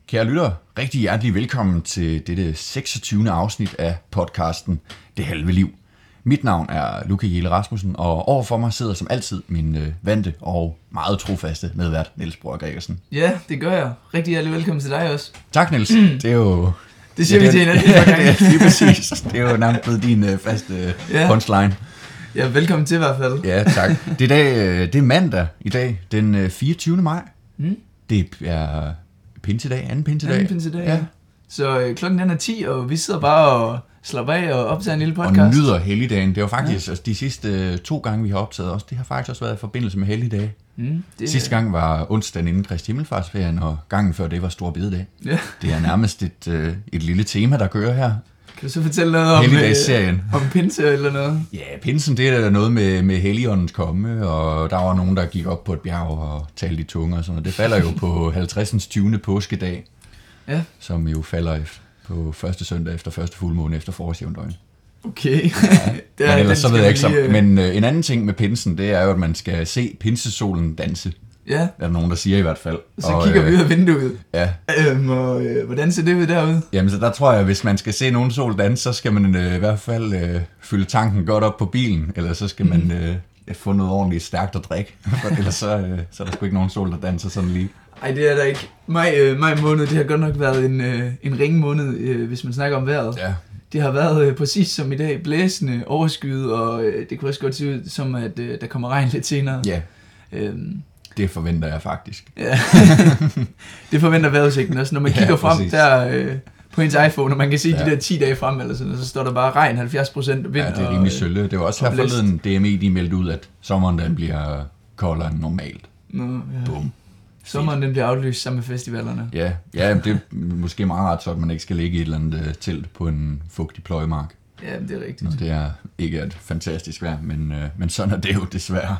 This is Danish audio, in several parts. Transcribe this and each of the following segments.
Kære lytter, rigtig hjertelig velkommen til dette 26. afsnit af podcasten Det Halve Liv. Mit navn er Luca Jelle Rasmussen, og overfor mig sidder som altid min vante og meget trofaste medvært, Niels Brøger Gregersen. Ja, det gør jeg. Rigtig hjertelig velkommen til dig også. Tak, Niels. Det er jo... Det siger vi til hinanden. Ja, lige præcis. Det er jo nærmest blevet din faste punchline. Ja, velkommen til i hvert fald. Ja, tak. Det er mandag i dag, den 24. maj. Det er pinsedag, anden pinsedag. Ja. Så klokken er 10, og vi sidder bare og slapper af og optager en lille podcast. Og nyder helligdagen. Det var faktisk altså, de sidste 2 gange, vi har optaget også. Det har faktisk også været i forbindelse med helligdage. Sidste gang var onsdagen inden Kristi Himmelfartsferien, og gangen før det var Store Bededag. Ja. Det er nærmest et lille tema, der kører her. Kan du så fortælle noget om pinse eller noget? Ja, pinsen, det er der noget med Helligåndens komme, og der var nogen, der gik op på et bjerg og talte i tunger og sådan noget. Det falder jo på 50. 20. påskedag, ja. Som jo falder på første søndag efter første fuldmåne efter forårsjævndøgn. Okay. Ja, men ellers så ved jeg ikke så. Men en anden ting med pinsen, det er jo, at man skal se pinsesolen danse. Ja. Det er der nogen, der siger i hvert fald. Så kigger vi ud af vinduet. Ja. Hvordan ser det ud derude? Jamen, så der tror jeg, at hvis man skal se nogen sol danse, så skal man i hvert fald fylde tanken godt op på bilen, eller så skal man få noget ordentligt stærkt at drikke. Ellers så er der sgu ikke nogen sol, der danser sådan lige. Nej, det er der ikke. Maj måned, det har godt nok været en ringe måned, hvis man snakker om vejret. Ja. Det har været præcis som i dag, blæsende, overskyet, og det kunne også godt se ud som, at der kommer regn lidt senere. Ja, det forventer jeg faktisk. Ja. Det forventer vejrudsigten også. Når man kigger frem der på ens iPhone, og man kan se de der 10 dage frem, eller sådan, så står der bare regn, 70% vind. Ja, det er rimelig sølle. Det var også her forleden DME, de meldte ud, at sommeren den bliver koldere end normalt. Nå, ja. Boom. Sommeren den bliver aflyst sammen med festivalerne. Ja, det er måske meget ret så, at man ikke skal ligge i et eller andet telt på en fugtig pløjemark. Ja, det er rigtigt. Det er ikke et fantastisk vejr, men sådan er det jo desværre.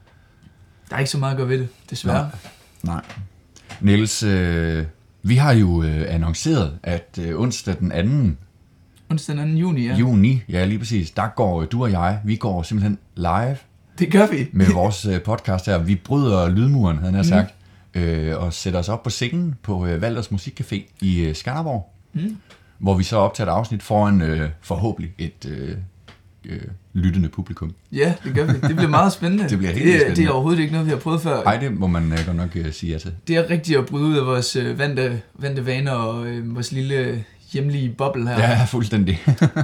Der er ikke så meget at gøre ved det, desværre. Nej. Niels, vi har jo annonceret, at onsdag den 2. juni, ja. Juni, ja lige præcis. Der går du og jeg, vi går simpelthen live. Det gør vi. Med vores podcast her. Vi bryder lydmuren, havde jeg sagt, og sætter os op på scenen på Valders Musikcafé i Skanderborg, hvor vi så optager et afsnit foran forhåbentlig et lyttende publikum. Ja, det gør vi. Det bliver meget spændende. Det bliver helt spændende. Det er overhovedet ikke noget, vi har prøvet før. Nej, det må man godt nok sige ja til. Det er rigtigt at bryde ud af vores vante vaner og vores lille hjemlige boble her. Ja, fuldstændig.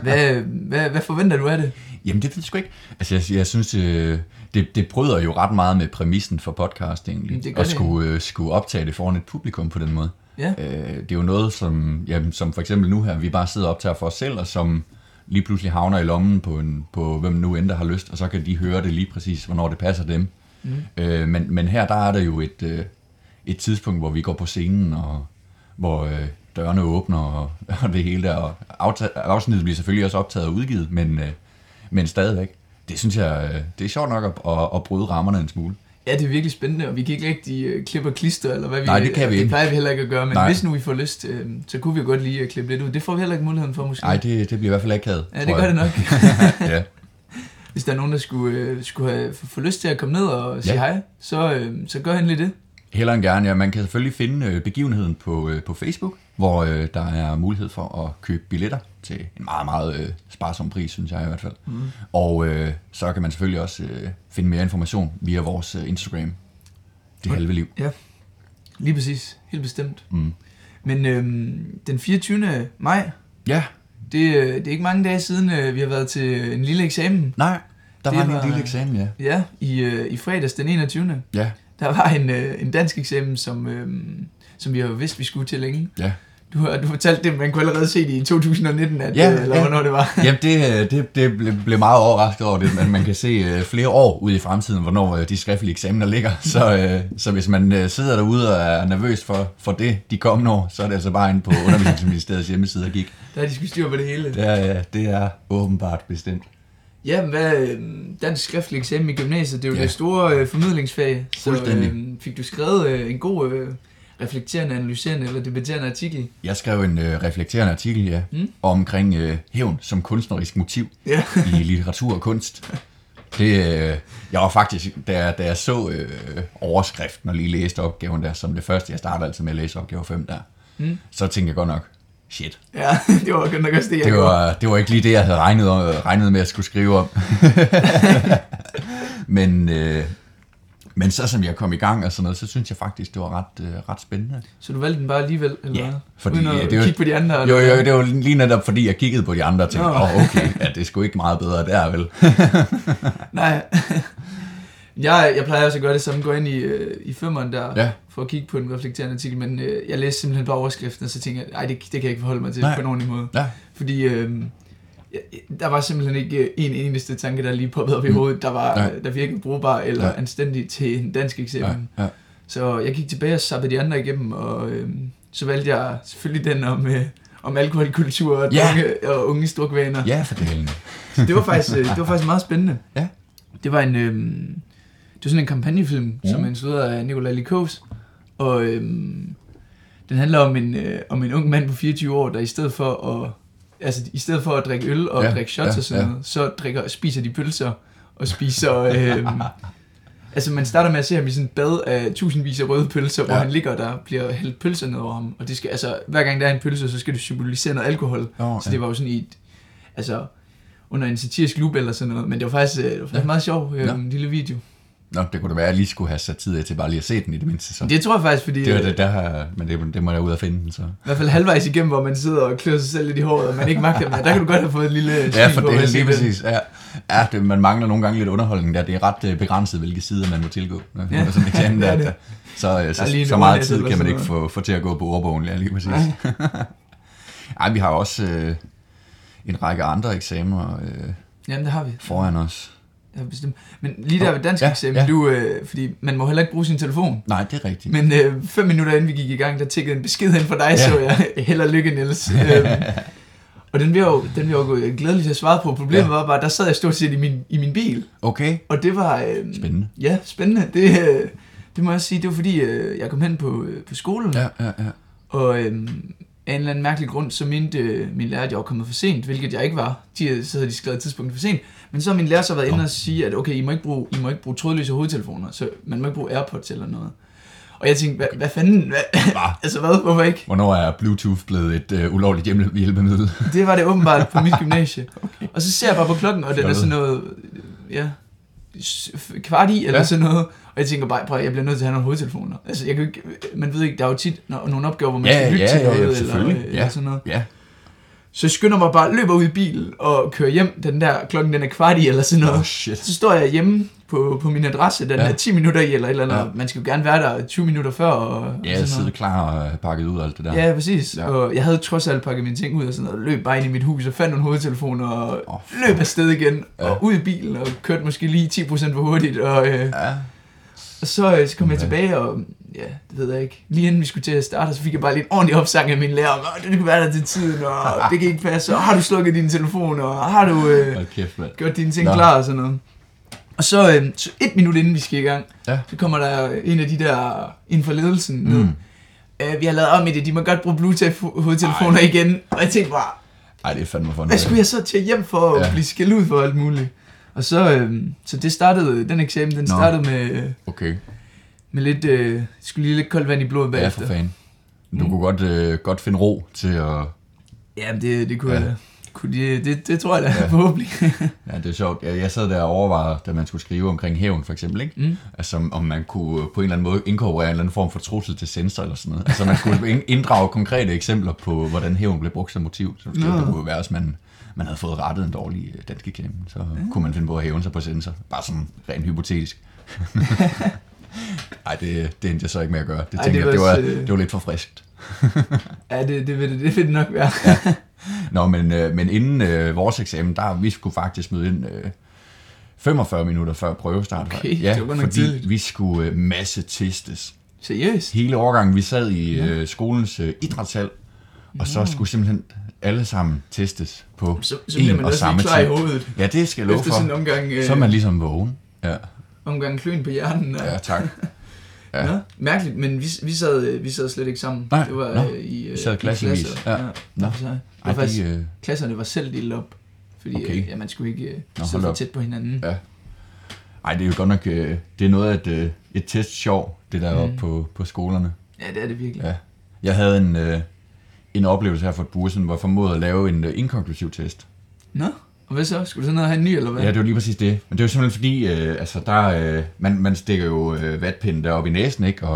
Hvad forventer du af det? Jamen, det ved jeg sgu ikke. Altså, jeg synes, det bryder jo ret meget med præmissen for podcast, egentlig. At skulle optage det foran et publikum på den måde. Ja. Det er jo noget, som for eksempel nu her, vi bare sidder og optager for os selv, og som lige pludselig havner i lommen på hvem nu end der har lyst, og så kan de høre det lige præcis, hvornår det passer dem. Men her, der er der jo et tidspunkt, hvor vi går på scenen, og hvor dørene åbner, og det hele der. Og afsnittet bliver selvfølgelig også optaget og udgivet, men stadigvæk. Det synes jeg, det er sjovt nok at bryde rammerne en smule. Ja, det er virkelig spændende, og vi kan ikke rigtig klippe og klister, eller hvad vi... Nej, det kan vi ikke. Det plejer vi heller ikke at gøre, men hvis nu vi får lyst, så kunne vi godt lige klippe lidt ud. Det får vi heller ikke muligheden for, måske. Nej, det bliver i hvert fald ikke hadet. Ja, det gør det nok. Ja. Hvis der er nogen, der skulle få lyst til at komme ned og sige hej, så gør endelig det. Heller end gerne, ja. Man kan selvfølgelig finde begivenheden på Facebook, hvor der er mulighed for at købe billetter til en meget, meget sparsom pris, synes jeg i hvert fald. Og så kan man selvfølgelig også finde mere information via vores Instagram. Det halve liv. Ja, lige præcis. Helt bestemt. Men den 24. maj, ja. Det er ikke mange dage siden, vi har været til en lille eksamen. Nej, der var en lille eksamen, ja. Ja, i fredags den 21. Ja. Der var en dansk eksamen, som vi har vidst, vi skulle til længe. Ja. Du fortalte det, man kunne allerede se det i 2019, eller hvornår det var. Jamen, det blev meget overrasket over det, men man kan se flere år ude i fremtiden, hvornår de skriftlige eksamener ligger. Så hvis man sidder derude og er nervøs for det, de kommende år, så er det altså bare inde på Undervisningsministeriets hjemmeside og gik. Der er de skulle styre på det hele. Det er åbenbart bestemt. Ja, dansk skriftlig eksamen i gymnasiet, det er jo det store formidlingsfag. Så fik du skrevet en god reflekterende, analyserende eller debatterende artikel? Jeg skrev en reflekterende artikel, ja, omkring hævn som kunstnerisk motiv i litteratur og kunst. Jeg var faktisk, da jeg så overskriften og lige læste opgaven der, som det første, jeg startede altid med at læse opgave 5 der, så tænkte jeg godt nok, shit. Ja, det var godt nok også det, det var ikke lige det, jeg havde regnet med, at skulle skrive om. Men så som jeg kom i gang og sådan noget, så synes jeg faktisk, det var ret spændende. Så du valgte den bare alligevel? Eller ja, fordi uden at kigge på de andre? Jo, det var lige netop fordi, jeg kiggede på de andre og tænkte, okay, ja, det er sgu ikke meget bedre der, vel? Nej. Jeg plejer også at gøre det samme, gå ind i femmeren der, for at kigge på en reflekterende artikel, men jeg læste simpelthen bare overskriften, og så tænkte jeg, det kan jeg ikke forholde mig til på en ordentlig måde. Ja. Fordi der var simpelthen ikke en eneste tanke, der lige poppede op i hovedet, der virkede brugbar eller anstændig til en dansk eksamen. Ja. Så jeg gik tilbage og sappede de andre igennem, og så valgte jeg selvfølgelig den om alkoholkultur og unge strukvaner. Ja, for det. Så det var faktisk meget spændende. Ja. Det var det var sådan en kampagnefilm, som er instrueret af Nikolaj Likos, og den handler om en ung mand på 24 år, der i stedet for at drikke øl og drikke shots og sådan noget, så spiser de pølser og spiser... altså man starter med at se ham i sådan et bad af tusindvis af røde pølser, hvor han ligger, og der bliver hældt pølser ned over ham, og det skal, altså hver gang der er en pølse, så skal det symbolisere noget alkohol, så det var jo sådan i under en satirisk loop eller sådan noget, men det var faktisk meget sjov, en lille video. Nå, det kunne da være, at jeg lige skulle have sat tid af til bare lige at se den i det mindste. Så. Det tror jeg faktisk, fordi... Det var det der, men det må jeg ud at finde den, så... I hvert fald halvvejs igennem, hvor man sidder og klør sig selv lidt i håret, og man ikke magter med. Der kan du godt have fået et lille... Ja, for det er lige præcis. Ja, man mangler nogle gange lidt underholdning der. Det er ret begrænset, hvilke sider man må tilgå. Ja, sådan eksamen der. Så meget tid kan man ikke få til at gå på ordbogen, lige præcis. Ej, vi har også en række andre eksamener det har vi. Foran os. Ja, bestemt. Men lige der ved dansk eksamen, fordi man må heller ikke bruge sin telefon. Nej, det er rigtigt. Men 5 minutter inden vi gik i gang, der tikkede en besked hen fra dig, så jeg held og lykke, Niels. Og den bliver jo glædeligt at svare på. Problemet var bare, der sad jeg stort set i min bil. Okay. Og det var... spændende. Ja, spændende. Det må jeg sige, det var fordi, jeg kom hen på skolen. Ja. Og af en eller anden mærkelig grund, så mente min lærer, at jeg var kommet for sent, hvilket jeg ikke var. Så havde de skrevet tidspunkt for sent. Men så har min lærer så været inde og sige, at okay, I må ikke bruge trådløse hovedtelefoner, så man må ikke bruge AirPods eller noget. Og jeg tænkte, hvad fanden? Altså hvad? Hvorfor ikke? Hvornår er Bluetooth blevet et ulovligt hjælpemiddel? Det var det åbenbart på mit gymnasie. Okay. Og så ser jeg bare på klokken, og det er sådan noget, kvart i eller sådan noget. Og jeg tænker bare, jeg bliver nødt til at have nogle hovedtelefoner. Altså jeg kan ikke, man ved ikke, der er jo tit nogle opgaver, hvor man skal lytte til noget eller sådan noget. Ja. Så jeg skynder mig bare, løber ud i bilen og kører hjem. Klokken den er kvart i eller sådan noget. Så står jeg hjemme på min adresse, den er 10 minutter i eller et eller andet. Ja. Man skal jo gerne være der 20 minutter før. Og sidde klar og pakket ud og alt det der. Ja, præcis. Ja. Og jeg havde trods alt pakket mine ting ud og sådan noget. Løb bare ind i mit hus og fandt nogle hovedtelefoner og løb afsted igen. Og ud i bilen og kørte måske lige 10% for hurtigt. Og så kom jeg tilbage og... Ja, det ved jeg ikke. Lige inden vi skulle til at starte, så fik jeg bare lidt ordentlig opsang af min lærer. Det kan være der til tiden, og det kan ikke passe. Og har du slukket din telefon, og har du gjort dine ting klar og sådan noget. Og så 1 minut inden vi skal i gang, så kommer der en af de der inden for ledelsen ned. Vi har lavet om i det, de må godt bruge Bluetooth-hovedtelefoner igen. Og jeg tænkte bare, det er fandme for hvad skulle jeg så til hjem for at blive skældt ud for alt muligt? Og så det startede, den eksamen, den startede med... Okay. Med lidt, skulle lige lidt koldt vand i blodet bagefter. Ja, for fanden. Du kunne godt finde ro til at... Ja, det kunne jeg. Det tror jeg da, forhåbentlig. Ja, det er sjovt. Jeg sad der og overvejede, da man skulle skrive omkring hævn, for eksempel, ikke? Altså, om man kunne på en eller anden måde inkorporere en eller anden form for trussel til censor eller sådan noget. Altså, man skulle inddrage konkrete eksempler på, hvordan hævn blev brugt som motiv. Så det kunne jo være, hvis man havde fået rettet en dårlig dansk eksamen, så kunne man finde på at hævne sig på censor. Bare sådan rent hypotetisk. Nej, det endte jeg så ikke med at gøre. Det tænker jeg, det var lidt for friskt. Ja, det vil det nok være. Nå, men inden vores eksamen, vi skulle faktisk møde ind 45 minutter før prøvestart. Okay, det var nok tidligt. Vi skulle masse testes. Seriøst? Hele årgangen, vi sad i skolens idrætshal, og så skulle simpelthen alle sammen testes på en og samme tid. I hovedet. Ja, det skal jeg love for. Sådan en omgang, så er man ligesom vågen. Ja. Omgang kløen på hjernen. Ja, tak. Ja. Nå, mærkeligt, men vi sad slet ikke sammen. Nej, det var i klassevis. Klasserne var selv delt op, fordi man skulle ikke sidde for tæt på hinanden. Ja. Ej, det er jo godt nok, det er noget af et testsjov, det der oppe på skolerne. Ja, det er det virkelig. Jeg havde en oplevelse her for et par uger siden, hvor jeg formåede at lave en inkonklusiv test. Nå, og hvad så? Skulle du sådan noget have en ny, eller hvad? Ja, det var lige præcis det. Men det var simpelthen fordi, man stikker jo vatpinden deroppe i næsen, ikke?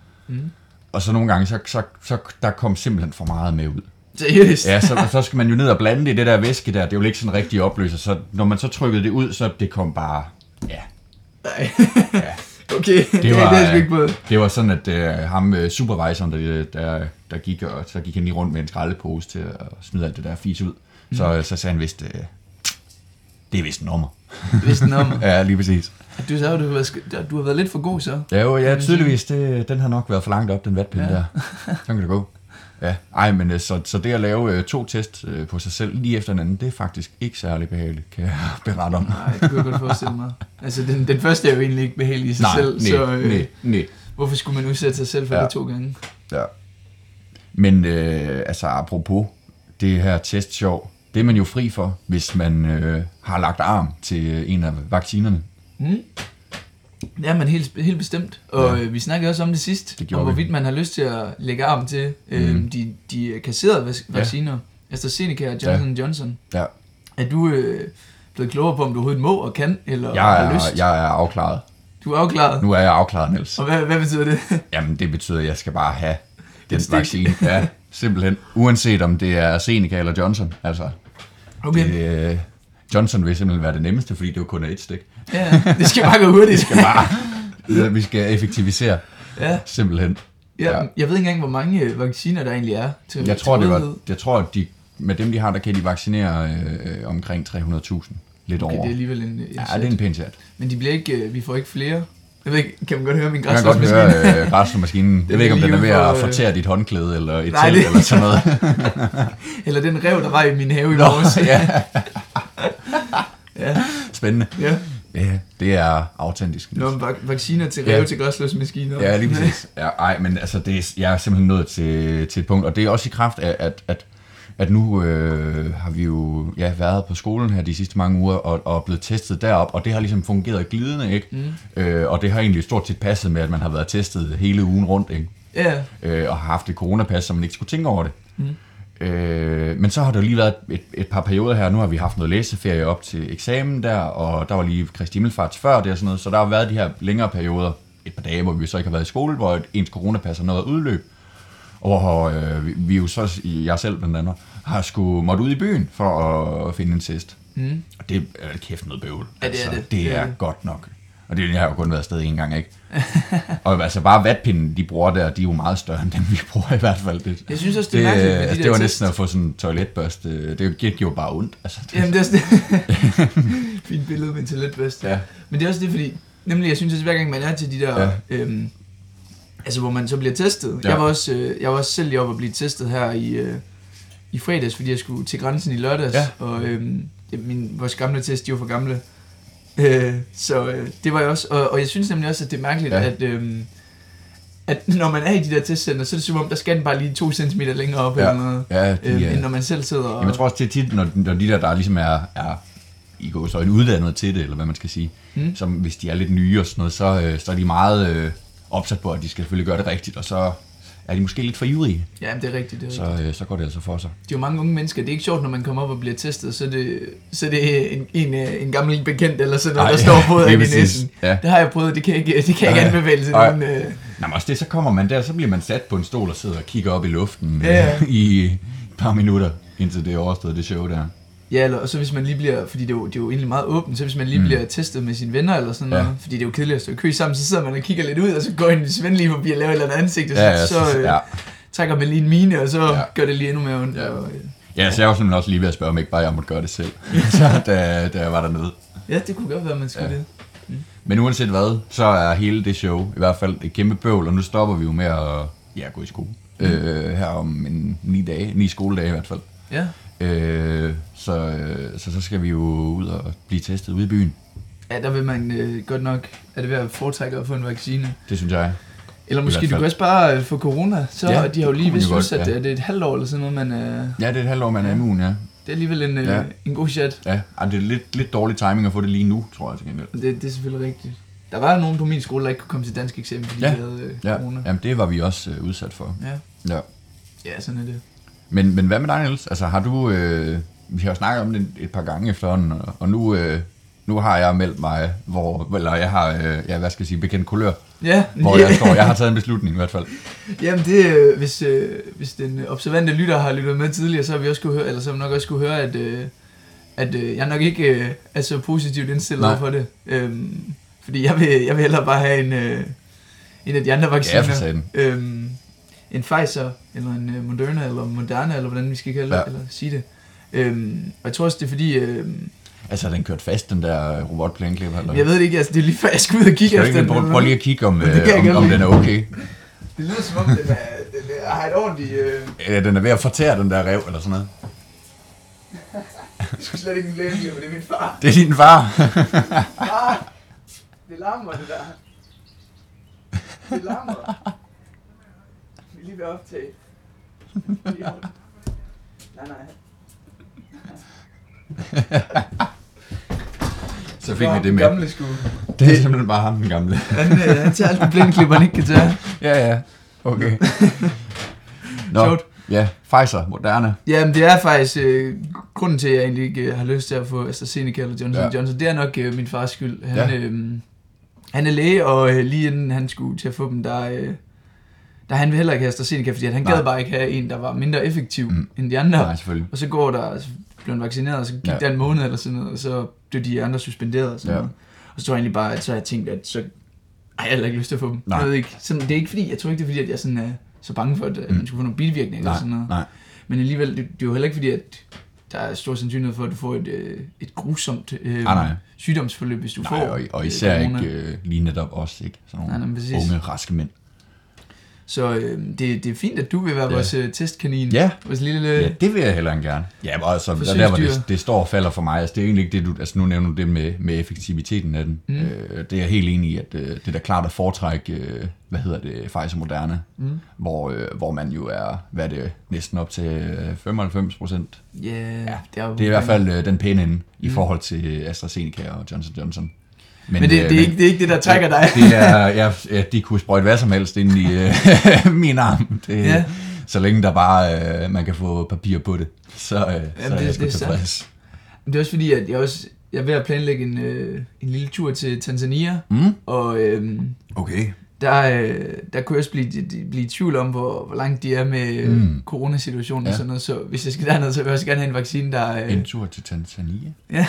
Og så nogle gange, så der kom simpelthen for meget med ud. Seriøst? Ja, så skal man jo ned og blande det i det der væske der. Det er jo ikke sådan rigtig opløser. Så når man så trykkede det ud, så det kom bare... Ja. Nej. Ja. Okay, det er ikke på. Det var sådan, at ham supervisoren, der gik, og så gik han lige rundt med en skraldepose til at smide alt det der fis ud. Så sagde han vist, det er vist en nummer. Vist en nummer? Ja, lige præcis. Du sagde, du har været lidt for god så. Ja, tydeligvis. Den har nok været for langt op, den vatpinde der. Så kan det gå. Ja, ej, men så det at lave 2 test på sig selv lige efter hinanden, det er faktisk ikke særlig behageligt, kan jeg berette om. Nej, det kunne jeg godt forestille mig. Altså, den første er jo egentlig ikke behagelig i sig selv, så nej. Hvorfor skulle man udsætte sig selv for det 2 gange? Ja. Men apropos det her testshow, det er man jo fri for, hvis man har lagt arm til en af vaccinerne. Ja, men helt bestemt. Og vi snakkede også om det sidst, om hvorvidt man har lyst til at lægge arm til de kasserede vacciner, AstraZeneca og Johnson Johnson. Ja. Er du blevet klogere på, om du overhovedet må og kan, eller har lyst? Jeg er afklaret. Du er afklaret? Nu er jeg afklaret, Niels. Og hvad betyder det? Jamen, det betyder, at jeg skal bare have den vaccine. Ja, simpelthen. Uanset om det er Seneca eller Johnson. Altså, okay. Johnson vil simpelthen være det nemmeste, fordi det jo kun er 1 stik. Ja, det skal bare gå hurtigt. Vi skal effektivisere. Ja. Simpelthen. Ja. Jeg ved ikke engang, hvor mange vacciner der egentlig er til jeg tror, at med dem, de har, der kan de vaccinere omkring 300.000. Lidt over. Det er alligevel en ja, det er en pæn chat. Men vi får ikke flere. Jeg ved ikke, kan man godt høre min græsslåsmaskine? Jeg kan godt høre græsslåsmaskinen. Jeg ved ikke, om den er ved at fortære dit håndklæde, eller et telt, eller sådan noget. Eller den rev, der var i min have i morges. Ja. Spændende. Ja. Ja, det er autentisk. Vacciner til rev til græsslåsmaskiner. Ja, lige præcis. Ja, men altså, jeg er simpelthen nået til et punkt, og det er også i kraft af, at nu har vi jo været på skolen her de sidste mange uger og blevet testet derop, og det har ligesom fungeret glidende, ikke? Og det har egentlig stort set passet med, at man har været testet hele ugen rundt, ikke? Og har haft et coronapas, så man ikke skulle tænke over det. Men så har der lige været et par perioder her. Nu har vi haft noget læseferie op til eksamen der, og der var lige Kristi Himmelfarts før det og sådan noget, så der har været de her længere perioder, et par dage, hvor vi så ikke har været i skole, hvor ens coronapas har nået at udløb, og hvor vi jo så, jeg selv blandt andet, har måtte ud i byen for at finde en test. Og det er kæft noget bøvl. Ja, det er godt nok. Og det har jo kun været afsted en gang, ikke? Og altså bare vatpinden, de bruger der, de er jo meget større end dem, vi bruger i hvert fald. Jeg synes også, det er mærkeligt med de der det var næsten at få sådan en toiletbørste. Det gik jo bare ondt. Altså, Jamen, det er også det. Fint billede med en toiletbørste. Ja. Men det er også det, fordi nemlig, jeg synes også, hver gang man er til de der... altså, hvor man så bliver testet. Ja. Jeg var også selv lige oppe at blive testet her i fredags, fordi jeg skulle til grænsen i lørdags. Ja. Og vores gamle test, de var for gamle. Så det var jeg også, og jeg synes nemlig også, at det er mærkeligt, at når man er i de der testcenter, så er det som om, der skal den bare lige 2 centimeter længere op eller noget, end når man selv sidder og... Jamen, jeg tror også, det er tit, når de der ligesom er i går så en uddannet til det, eller hvad man skal sige, som hvis de er lidt nye og sådan noget, så er de meget opsat på, at de skal selvfølgelig gøre det rigtigt, og så er de måske lidt for ivrige. Ja, det er rigtigt. Så går det altså for sig. Det er jo mange unge mennesker. Det er ikke sjovt, når man kommer op og bliver testet, så det er en gammel bekendt, eller sådan noget, der står på i næsen. Ja. Det har jeg prøvet, det kan jeg ikke anbefale til nogen. Nej, men også det, så kommer man der, så bliver man sat på en stol og sidder og kigger op i luften i et par minutter, indtil det er overstået, det show der. Ja, og så hvis man lige bliver, fordi det er jo egentlig meget åbent, så hvis man lige bliver testet med sine venner eller sådan noget, fordi det er jo kedeligt at stå i kø sammen, så sidder man og kigger lidt ud, og så går en ven lige forbi og laver et eller andet ansigt, og så trækker man lige en mine, og så gør det lige endnu mere ondt. Ja, så jeg var simpelthen også lige ved at spørge, om ikke bare jeg måtte gøre det selv, så da jeg var dernede. Ja, det kunne godt være, man skulle det. Men uanset hvad, så er hele det show i hvert fald et kæmpe bøvl, og nu stopper vi jo med at gå i skole. Her om 9 skoledage i hvert fald. Ja. Så skal vi jo ud og blive testet ude i byen. Ja, der vil man godt nok, er det ved at foretrække at få en vaccine. Det synes jeg. Eller måske du kan også bare få corona, så de har jo lige vist udsat, at det er et halvt år eller sådan noget, man Ja, det er et halvt år, man er immun, ja. Det er alligevel en god chat. Ja, det er lidt dårlig timing at få det lige nu, tror jeg til gengæld. Det er selvfølgelig rigtigt. Der var nogen på min skole, der ikke kunne komme til dansk eksamen, fordi de havde corona. Jamen det var vi også udsat for. Ja. Ja, sådan er det. Men hvad med dig, Niels? Altså har du... vi har jo snakket om det et par gange efterhånden, og nu har jeg meldt mig, eller jeg har, hvad skal jeg sige, bekendt kulør, hvor jeg står. Jeg har taget en beslutning i hvert fald. Jamen det, hvis den observante lytter har lyttet med tidligere, så har vi også kunne høre, eller så har vi nok også kunne høre, at jeg nok ikke er så positivt indstillet over for det. Fordi jeg vil hellere bare have en af de andre vacciner. Ja, for satan. En Pfizer, eller en Moderna, eller hvordan vi skal kalde det, eller sige det. Og jeg tror også, det er fordi... Altså, er den kørt fast, den der robotplæneklipper? Eller? Jeg ved det ikke, altså, det er lige før, jeg skal ud og kigge efter den. Prøv lige at kigge, om den er okay. Det lyder som om, den har et ordentligt... Ja, den er ved at fortære den der rev, eller sådan noget. Du skal slet ikke en plæneklipper, det er min far. Det er din far. Det larmer, det der. Det larmer. Vi er lige ved at optage. Nej. Så fik vi det med. Gamle sku. Det er simpelthen bare ham, den gamle. Han tager alt det blindklipper, han ikke kan tage. Ja, okay. Nå, sjovt. Ja, Pfizer, Moderna. Jamen det er faktisk grunden til, at jeg egentlig ikke har lyst til at få AstraZeneca eller Johnson. Det er nok min fars skyld. Han er læge, og lige inden han skulle til at få dem, der han vil heller ikke have AstraZeneca, fordi han gad bare ikke have en, der var mindre effektiv end de andre. Nej, selvfølgelig. Og så går der, så blev han vaccineret, og så gik der en måned eller sådan noget, og så blev de andre suspenderet. Og, sådan noget. Og så tror jeg egentlig bare, at så har jeg tænkt, at så har jeg heller ikke lyst til at få dem. Jeg ved ikke, sådan, det er ikke fordi, jeg tror ikke, det er fordi, at jeg sådan er så bange for, at man skulle få nogle bivirkninger eller sådan noget. Nej. Men alligevel, det er jo heller ikke fordi, at der er stor sandsynlighed for, at du får et grusomt sygdomsforløb, hvis du får. Og især ikke lige netop os, ikke? Sådan nogle unge, raske mænd. Så det er fint, at du vil være vores testkanin. Ja. Vores lille... Ja, det vil jeg heller gerne. Ja, altså, der hvor det står og falder for mig. Altså, det er egentlig ikke det, du... Altså, nu nævner du det med effektiviteten af den. Det er jeg helt enig i, at det er da klart at foretrække, Pfizer Moderna, hvor man jo er, næsten op til 95%. Yeah, ja, det er i hvert fald den pæne ende i forhold til AstraZeneca og Johnson. Men det er ikke det, der trækker dig. Det er, de kunne sprøjte hvad som helst ind i min arm. Så længe der bare man kan få papir på det, så er jeg sgu tilfreds. Det er også fordi, at jeg er ved at planlægge en lille tur til Tanzania, og okay. Der kunne jeg også blive i tvivl om, hvor langt de er med coronasituationen og sådan noget. Så hvis jeg skal derned, så vil jeg også gerne have en vaccine, der... En tur til Tanzania? Ja.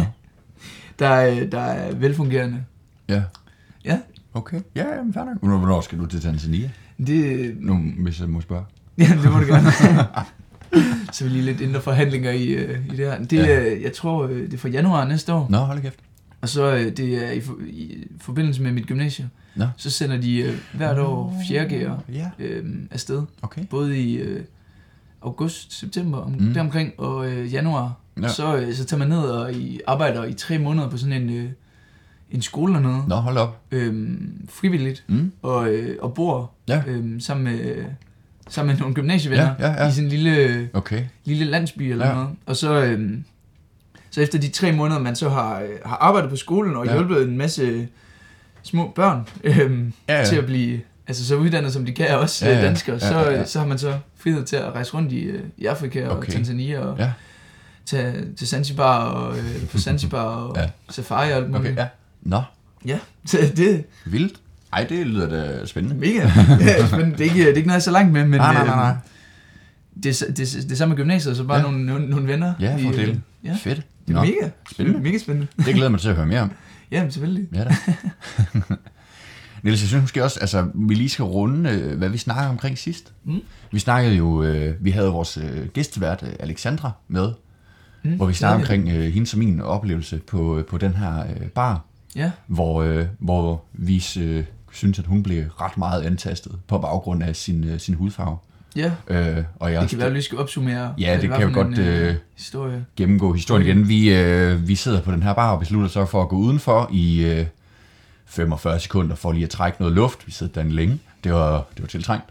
Der er velfungerende. Ja. Ja. Okay. Ja, men fair nok. Hvornår skal du til Tanzania? Nu, hvis jeg må spørge. Ja, det må du gerne. Så vi lige lidt indre forhandlinger i det her. Jeg tror, det er fra januar næste år. Nå, hold kæft. Og så det er i forbindelse med mit gymnasie. Nå. Så sender de hvert år 4.G'er afsted. Okay. Både i august, september, deromkring, og januar. Ja. Så tager man ned og arbejder i 3 måneder på sådan en skole dernede. Nå, hold op. Frivilligt. Og bor sammen med nogle gymnasievenner i sådan en lille landsby eller noget. Og så efter de 3 måneder, man så har arbejdet på skolen og hjulpet en masse små børn til at blive så uddannet som de kan også danskere, så har man så frihed til at rejse rundt i Afrika og Tanzania og tage til Zanzibar og på Zanzibar og safari og alt muligt. Okay, Nå. Ja, så det... Vildt. Ej, det lyder da spændende. Mega spændende. Det er ikke noget, jeg er så langt med, men... Nej. Det er samme med gymnasiet, så bare nogle venner. Ja, for det. Fedt. Det er mega spændende. Mega spændende. Det glæder mig til at høre mere om. Ja, selvfølgelig. Ja da. Niels, jeg synes måske også, altså vi lige skal runde, hvad vi snakkede omkring sidst. Vi snakkede jo, vi havde vores gæstevært Alexandra med, hvor vi snakkede omkring hendes og min oplevelse på den her bar, hvor vi synes, at hun blev ret meget antastet på baggrund af sin hudfarve. Ja, og jeg det kan være, at vi skal opsummere. Ja, det kan jo godt gennemgå historien igen. Vi sidder på den her bar og beslutter så for at gå udenfor i 45 sekunder for lige at trække noget luft. Vi sidder derinde længe. Det var tiltrængt.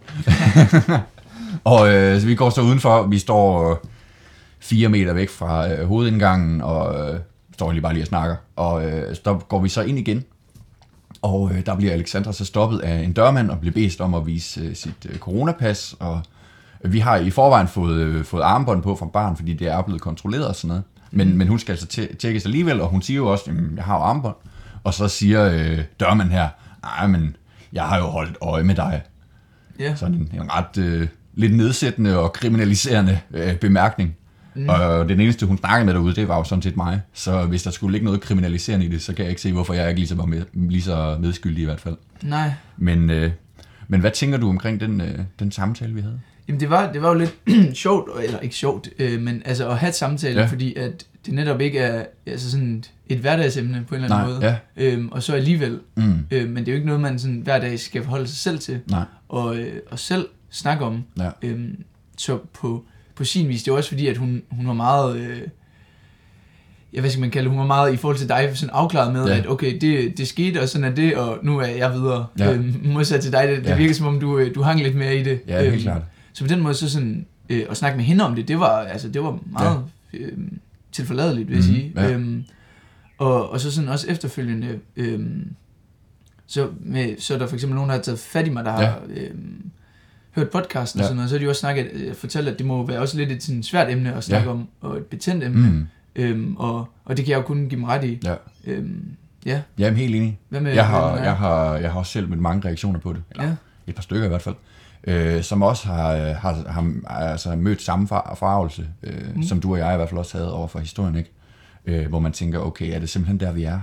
Og så vi går så udenfor. Vi står 4 meter væk fra hovedindgangen og står lige og snakker. Og så går vi så ind igen. Og der bliver Alexandra så stoppet af en dørmand og bliver bedt om at vise sit coronapas. Og Vi har i forvejen fået armbånd på fra barn, fordi det er blevet kontrolleret og sådan noget. Men hun skal altså tjekkes alligevel, og hun siger jo også, at jeg har jo armbånd. Og så siger dørmanden her, nej, men jeg har jo holdt øje med dig. Yeah. Sådan en ret lidt nedsættende og kriminaliserende bemærkning. Og den eneste, hun snakkede med derude, det var jo sådan set mig. Så hvis der skulle ligge noget kriminaliserende i det, så kan jeg ikke se, hvorfor jeg ikke lige så medskyldig i hvert fald. Nej. Men hvad tænker du omkring den samtale, vi havde? Jamen det var jo lidt sjovt, eller ikke sjovt, men altså at have et samtale, fordi at det netop ikke er altså sådan et hverdagsemne på en eller anden måde. Ja. Og så alligevel. Men det er jo ikke noget, man sådan hver dag skal forholde sig selv til. Nej. Og selv snakke om. Ja. Så på sin vis, det er også fordi, at hun var meget... hvad skal man kalde det? Hun var meget i forhold til dig sådan afklaret med, at okay, det skete, og sådan er det, og nu er jeg videre. Ja. Modsat til dig, det virker som om, du hang lidt mere i det. Ja, helt klart. Så på den måde, så sådan, at snakke med hende om det, det var meget tilforladeligt, vil jeg sige. Ja. Og så sådan også efterfølgende, så er der for eksempel nogen, der har taget fat i mig, der har hørt podcasten og sådan noget, så har de også fortalt, at det må være også lidt et sådan svært emne at snakke om, og et betændt emne. Og det kan jeg jo kun give mig ret i. Ja. Jeg er helt enig. Jeg har også selv mødt mange reaktioner på det. Eller et par stykker i hvert fald. Som også har mødt samme forargelse, som du og jeg i hvert fald også havde over for historien, ikke? Hvor man tænker, okay, er det simpelthen der, vi er?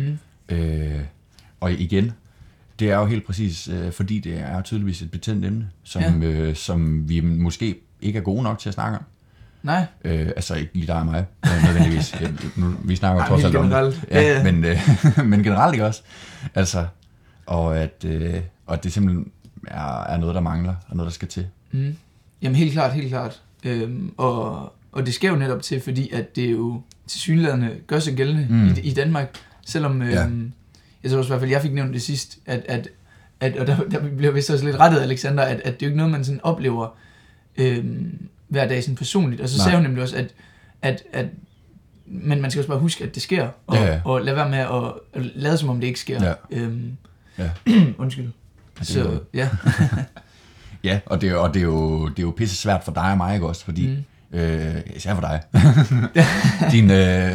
Og igen, det er jo helt præcis, fordi det er tydeligvis et betændt emne, som vi måske ikke er gode nok til at snakke om. Nej. Altså ikke lige dig og mig, nødvendigvis. Vi snakker jo trods alt om det. Men generelt ikke også. Altså, og at det simpelthen er noget, der mangler, og noget, der skal til. Jamen helt klart. Og det sker jo netop til, fordi at det jo tilsyneladende gør sig gældende i Danmark. Selvom, jeg tror også i hvert fald, jeg fik nævnt det sidst, at og der bliver vist også lidt rettet, Alexander, at det er jo ikke noget, man sådan oplever hver dag sådan personligt. Og så sagde hun nemlig også, at men man skal også bare huske, at det sker, og lade være med at lade som om det ikke sker. Undskyld. Så, ja. Ja, og det er jo pisse svært for dig og mig, ikke også? Fordi, især for dig. Din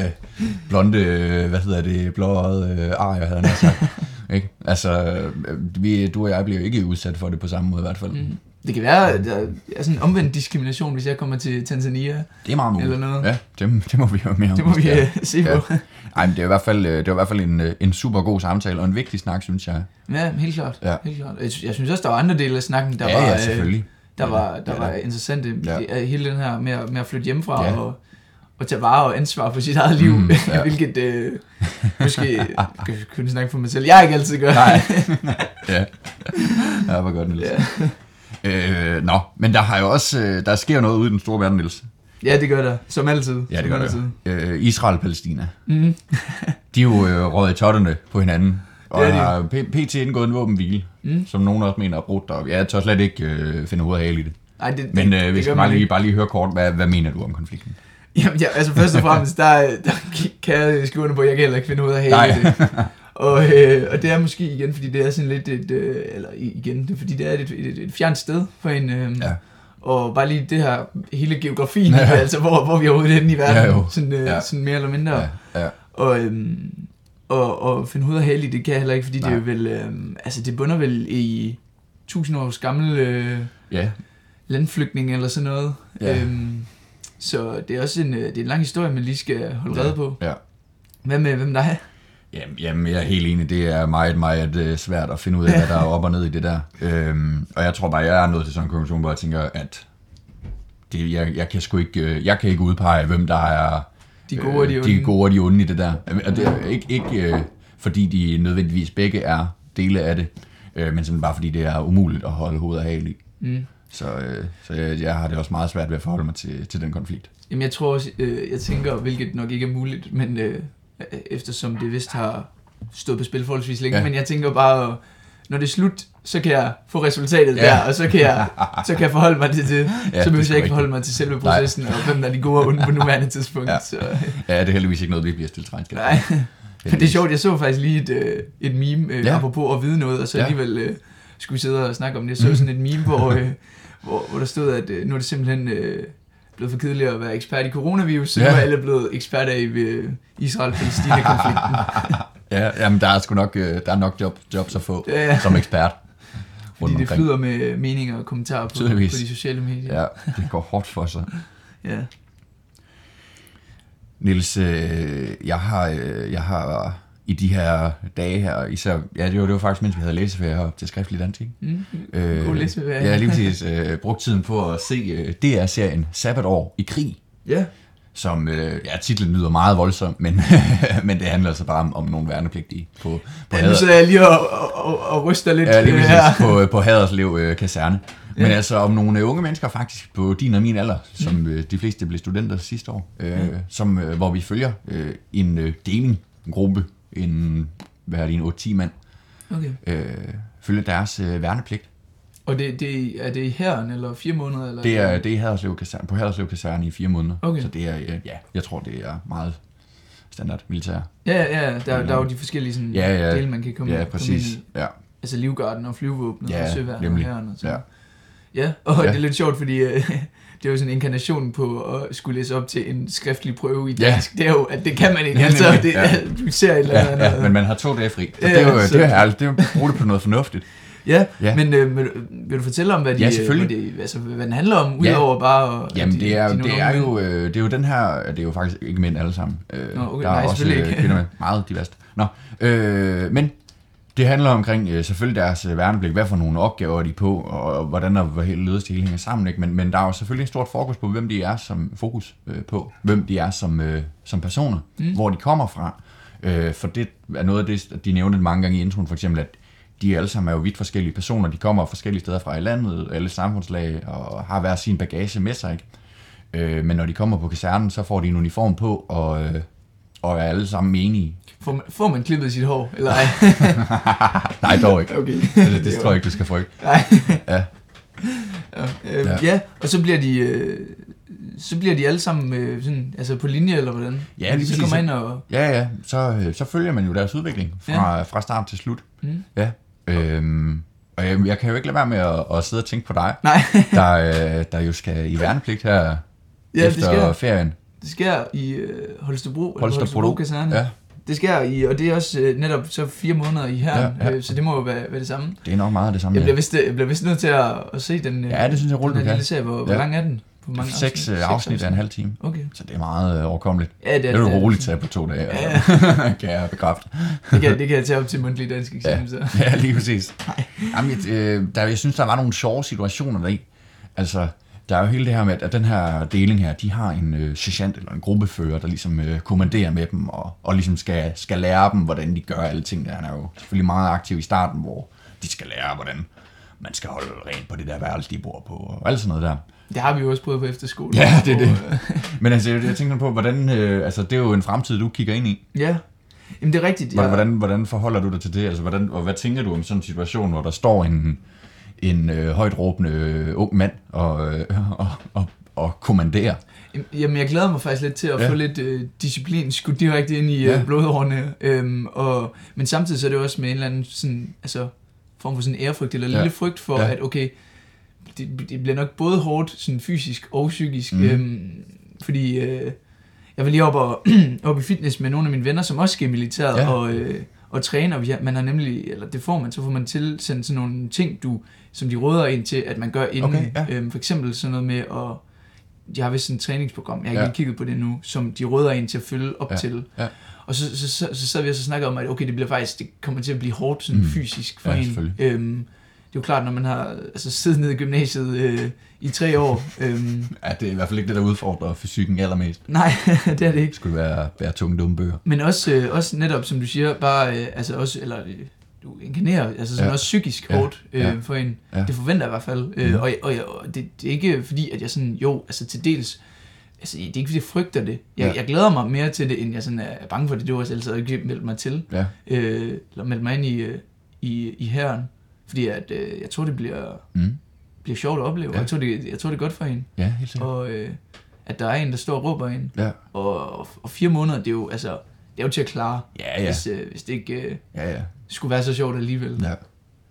blonde, blåøjede arier, havde han sagt. Ikke? Altså, du og jeg bliver jo ikke udsat for det på samme måde i hvert fald. Det kan være, at der er sådan en omvendt diskrimination, hvis jeg kommer til Tanzania. Det er meget muligt. Eller noget. Ja, det må vi jo mere om. Det må vi se på. Ej, men det er i hvert fald en super god samtale, og en vigtig snak, synes jeg. Ja, helt klart. Ja. Helt klart. Jeg synes også, der var andre dele af snakken, der var selvfølgelig. Der var interessante. Ja. Hele den her med at flytte hjemmefra og tage vare og ansvar for sit eget liv, hvilket måske kunne snakke for mig selv. Jeg ikke altid gør. Nej. Ja, hvor godt, Niels. Men der har jo også, der sker noget ude i den store verden, Niels. Ja, det gør der, som altid. Ja, det gør der. Israel og Palæstina. De er jo røget i totterne på hinanden, og har pt. Indgået en våbenhvile, som nogen også mener er brudt, og jeg tør slet ikke finde hovedet af i det. Nej, men vi skal bare lige høre kort, hvad mener du om konflikten? Jamen, altså først og fremmest, der kan jeg skrive under på, at jeg kan heller ikke finde hovedet af i det. Og det er måske igen, fordi det er sådan lidt det er fordi det er et fjernt sted for en, og bare lige det her, hele geografien, altså hvor vi er ude henne i verden, sådan mere eller mindre, og finde hovedet af hale i det kan jeg heller ikke, fordi det er vel, altså det bunder vel i 1000 års gamle landflygtning eller sådan noget, så det er også det er en lang historie, man lige skal holde rede på. Hvad med, hvem der er? Jamen, jeg er helt enig. Det er meget svært at finde ud af, hvad der er op og ned i det der. Og jeg tror bare, jeg er nået til sådan en konklusion, hvor jeg tænker, at jeg kan ikke udpege, hvem der er de gode og de onde i det der. Og det er ikke fordi de nødvendigvis begge er dele af det, men simpelthen bare fordi det er umuligt at holde hovedet af hale i. Så jeg har det også meget svært ved at forholde mig til den konflikt. Jamen jeg tror også, jeg tænker, hvilket nok ikke er muligt, men eftersom det vist har stået på spil forholdsvis længe, men jeg tænker bare, når det er slut, så kan jeg få resultatet der, og så kan jeg forholde mig til det. Så behøver jeg ikke forholde mig til selve processen, og hvem er de gode og onde på nuværende tidspunkt. Så. Ja, det er heldigvis ikke noget, vi bliver stillet regnskab. Nej, men det er sjovt, jeg så faktisk lige et meme, apropos at vide noget, og så alligevel skulle vi sidde og snakke om det. Jeg så sådan et meme, hvor der stod, at nu er det simpelthen blevet for kedeligt at være ekspert i coronavirus, så nu er alle blevet eksperter i Israel-Palæstina-konflikten. Jamen der er sgu nok, der er nok jobs at få som ekspert. Fordi det flyder med meninger og kommentarer på de sociale medier. Ja, det går hårdt for sig. Ja. Niels, jeg har i de her dage her, især, det var faktisk, mens vi havde læseferie her til skriftlig dansk, ikke? God læseferie. Ja, lige præcis. Brugt tiden på at se DR-serien Sabbatår i krig. Ja. Som, titlen lyder meget voldsom, men det handler altså bare om nogle værnepligtige på nu sidder jeg lige og ryster lidt. Ja, lige præcis på Haderslev kaserne. Ja. Men altså om nogle unge mennesker faktisk på din og min alder, som de fleste blev studenter sidste år, hvor vi følger en gruppe, en 8-10 mand, følger deres værnepligt. Og er det i hæren, eller 4 måneder? Eller? Det er i Haderslev kaserne, på Haderslev kaserne i 4 måneder. Okay. Så det er, jeg tror det er meget standard militær. Ja, der er jo de forskellige sådan, dele, man kan komme præcis. Komme ind i. Ja. Altså livgarden og flyvåbnet og søværnet og hæren og sådan. Ja, det er lidt sjovt, fordi det er jo sådan en inkarnation på at skulle læse op til en skriftlig prøve i dansk. Det er jo, at det kan man ikke. Altså, du ser et eller andet. Ja, men man har 2 dage fri. Og det er jo herligt. Det er jo brugt på noget fornuftigt. Ja, men vil du fortælle om, hvad den handler om, udover bare... Jamen, det er jo den her... Det er jo faktisk ikke mænd alle sammen. Der er også kvinder med. Meget diverst. Men det handler omkring selvfølgelig deres værneblik, hvad for nogle opgaver de er på, og hvordan og ledes det hele hænger sammen. Ikke? Men der er jo selvfølgelig et stort fokus på, hvem de er hvem de er som personer, hvor de kommer fra. For det er noget af det, de nævnte mange gange i introen, for eksempel, at de alle sammen er jo vidt forskellige personer. De kommer forskellige steder fra i landet, alle samfundslag, og har hver sin bagage med sig. Ikke? Men når de kommer på kasernen, så får de en uniform på, og er alle sammen enige. Får man klippet sit hår, eller ej? Nej, dog ikke. Okay. Det tror jeg ikke, du skal frygte. Nej. Ja. Og så bliver de alle sammen sådan, altså på linje, eller hvordan? Ja, lige så kommer ind og... Ja, så følger man jo deres udvikling fra start til slut. Ja. Og jeg kan jo ikke lade være med at sidde og tænke på dig, der jo skal i værnepligt her efter ferien. Det sker i Holstebro kaserne. Ja. Det sker i, og det er også netop så 4 måneder i herren, så det må jo være det samme. Det er nok meget det samme. Jeg bliver vist nødt til at se den. Ja, det synes jeg roligt, du kan. Hvor lang er den? 6 afsnit af en halv time. Okay. Så det er meget overkommeligt. Ja, det er du roligt tage på 2 dage, kan jeg bekræfte. Det kan jeg tage op til mundtlig dansk eksamen. Så. Ja, lige præcis. Jamen, jeg synes, der var nogle sjove situationer deri. Altså, der er jo hele det her med, at den her deling her, de har en sergeant eller en gruppefører, der ligesom kommanderer med dem, og ligesom skal lære dem, hvordan de gør alle ting. Han er jo selvfølgelig meget aktiv i starten, hvor de skal lære, hvordan man skal holde rent på det der værelse, de bor på, og alt sådan noget der. Det har vi jo også prøvet på efterskole. Ja, det er det. Men altså, jeg tænker på, hvordan, altså det er jo en fremtid, du kigger ind i. Ja, jamen det er rigtigt. Hvordan forholder du dig til det? Altså, hvad tænker du om sådan en situation, hvor der står en højt råbende ung mand og kommanderer? Jamen, jeg glæder mig faktisk lidt til at få lidt disciplin skudt direkte ind i blodårene. Men samtidig så er det også med en eller anden sådan, altså, form for sådan ærefrygt, eller lille frygt for, at okay, det bliver nok både hårdt sådan fysisk og psykisk, fordi jeg var lige op i fitness med nogle af mine venner, som også skal i militæret, og træne, og man har nemlig, eller det får man, så får man tilsendt sådan nogle ting, som de råder ind til, at man gør inden. For eksempel sådan noget med at, de har vist sådan et træningsprogram, jeg har ikke lige kigget på det nu, som de råder ind til at følge op til. Ja. Og så sad vi også og snakkede om, at okay, det kommer til at blive hårdt sådan fysisk for en. Det er jo klart, når man har siddet nede i gymnasiet i 3 år. Ja, det er i hvert fald ikke det, der udfordrer fysikken allermest. Nej, det er det ikke. Det skulle være tunge, dumme bøger. Men også netop, som du siger, bare, du inkarnerer, sådan også psykisk hårdt for en. Ja. Det forventer jeg i hvert fald. Og det er ikke fordi, at jeg sådan, til dels, altså, det er ikke fordi, jeg frygter det. Jeg glæder mig mere til det, end jeg sådan er bange for det. Det var også altid ikke meldt mig til. Ja. Eller meldt mig ind i hæren. Fordi at, jeg tror, det bliver sjovt at opleve. Ja. Jeg tror, det er godt for hende. Ja, helt sikkert. Og at der er en, der står og råber hende. Ja. Og 4 måneder, det er jo til at klare, hvis det ikke skulle være så sjovt alligevel. Ja.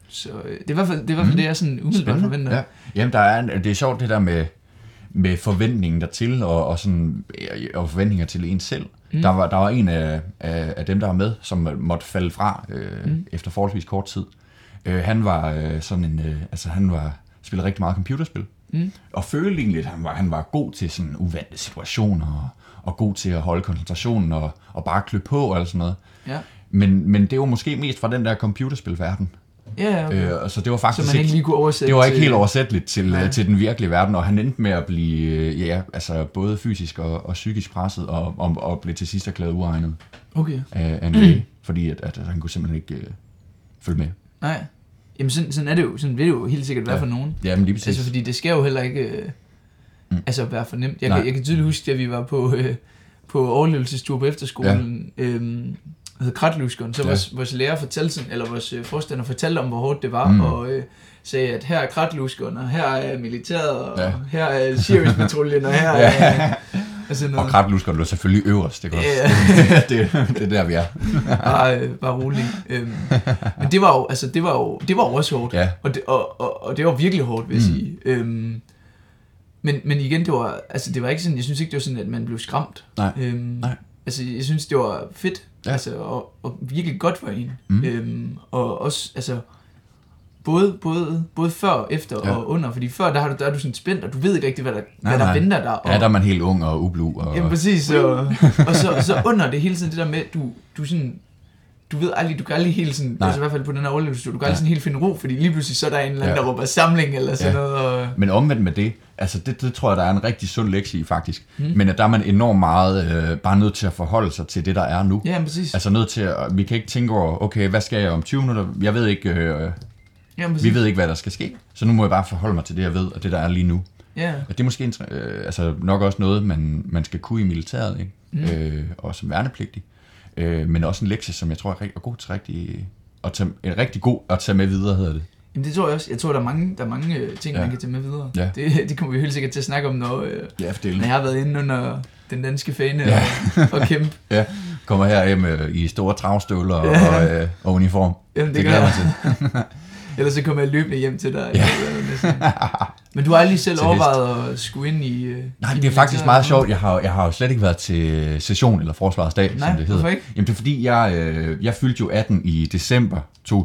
Så det er i hvert fald det, jeg sådan umiddelbart forventer. Ja. Jamen, det er sjovt det der med forventningen dertil, og forventninger til en selv. Der var en af dem, der var med, som måtte falde fra efter forholdsvis kort tid. Han var han spillede rigtig meget computerspil, og følte egentlig, at han var god til sådan uvante situationer, og god til at holde koncentrationen, og bare klø på, og sådan noget. Ja. Men det var måske mest fra den der computerspilverden. Ja, okay. Så det var faktisk så man ikke lige kunne oversætte. Det var ikke helt oversætteligt til den virkelige verden, og han endte med at blive både fysisk og psykisk presset, og blev til sidst erklæret uegnet af en læge, fordi at han kunne simpelthen ikke følge med. Nej. Jamen sådan er det jo. Sådan vil det jo helt sikkert være for nogen. Ja, men lige præcis. Altså fordi det skal jo heller ikke være for nemt. Jeg kan tydeligt huske, at vi var på overlevelsestur på efterskolen. Hed Kratluskeren, så vores lærer fortalte sådan, eller vores forstander fortalte om, hvor hårdt det var, og sagde, at her er Kratluskeren, og her er militæret, og her er Sirius-patruljen, og her er... Og Kratluskeren lå selvfølgelig øverst, det kan det er der, vi er. bare rolig. Men det var jo, altså, det var også hårdt, og det var virkelig hårdt, vil jeg sige. Men igen, det var ikke sådan, jeg synes ikke, det var sådan, at man blev skræmt. Nej. Altså, jeg synes, det var fedt, altså, og virkelig godt for en. Og også, altså, både før, efter og under, fordi før, der er du sådan spændt, og du ved ikke rigtig, hvad der venter der. Og, der er man helt ung og ublu. Jamen, præcis, og så under det hele tiden, det der med, du sådan, du ved aldrig, du kan aldrig helt sådan, altså i hvert fald på den her overlevelse, du kan aldrig sådan helt finde ro, fordi lige pludselig så er der en eller anden, der råber samling eller sådan noget. Og... Men omvendt med det, altså det tror jeg, der er en rigtig sund lektie i faktisk, men at der er man enormt meget bare nødt til at forholde sig til det, der er nu. Ja, præcis. Altså nødt til at, vi kan ikke tænke over, okay, hvad skal jeg om 20 minutter, jeg ved ikke, vi ved ikke, hvad der skal ske, så nu må jeg bare forholde mig til det, jeg ved, og det, der er lige nu. Ja. Og det er måske nok også noget, man skal kunne i militæret, ikke? Og som værnepligtig. Men også en lektie, som jeg tror er god til rigtig god at tage med videre, hedder det. Jamen det tror jeg også. Jeg tror, der er mange ting, man kan tage med videre. Ja. Det kommer vi helt sikkert til at snakke om, når jeg har været inde under den danske fane og kæmpe. Ja, kommer her hjem i store travstøvler og uniform. Jamen det glæder mig til. Ellers så kommer jeg løbende hjem til dig. Ja. Men du har aldrig selv overvejet at skulle ind i... Nej, det er faktisk meget sjovt. Jeg har jo slet ikke været til session eller forsvarets dag, som det hedder. Hvorfor ikke? Jamen det er fordi, jeg fyldte jo 18 i december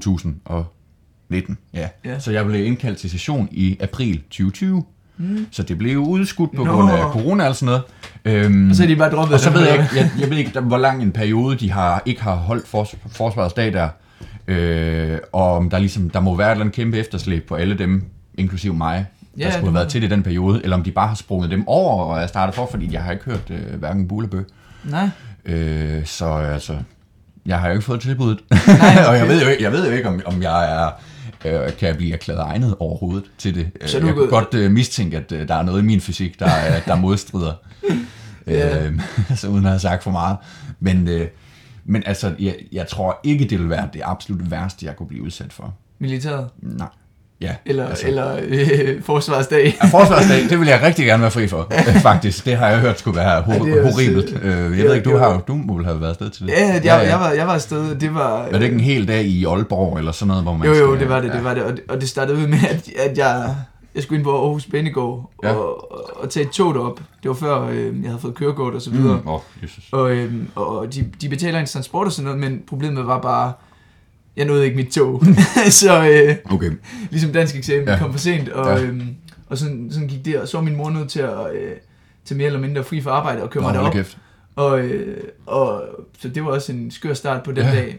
2019. Ja. Så jeg blev indkaldt til session i april 2020. Så det blev udskudt på grund af corona og sådan noget. Og så er de bare droppet. Og så ved jeg ved ikke, hvor lang en periode de ikke har holdt forsvarets dag der. Og der må være et eller andet kæmpe efterslæb på alle dem, inklusive mig, der skulle have været til det i den periode, eller om de bare har sprunget dem over og er startet for, fordi jeg har ikke hørt hverken Bulebø. Nej. Så altså, jeg har jo ikke fået tilbuddet. Nej, og jeg ved jo ikke, om jeg kan jeg blive erklæret egnet overhovedet til det. Så jeg kunne godt mistænke, at der er noget i min fysik, der modstrider. Så uden at have sagt for meget. Men altså, jeg tror ikke, det vil være det absolut værste, jeg kunne blive udsat for. Militæret? Nej. Ja. Eller forsvarsdag? Ja, forsvarsdag, det vil jeg rigtig gerne være fri for, faktisk. Det har jeg hørt skulle være horribelt. Jeg ved ikke, du må have været afsted til det. Ja, jeg var afsted. Det var det ikke en hel dag i Aalborg, eller sådan noget, hvor man Jo, det var det. Og det startede ud med, at jeg skulle ind på Aarhus Banegård og tage et tog derop. Det var før jeg havde fået kørekort og så videre. Og de betaler en transport og sådan noget, men problemet var bare, jeg nåede ikke mit tog. Så ligesom dansk eksamen kom for sent, og sådan gik det, og så var min mor nødt til at tage mere eller mindre fri for arbejde og køre mig derop. Og så det var også en skør start på den dag,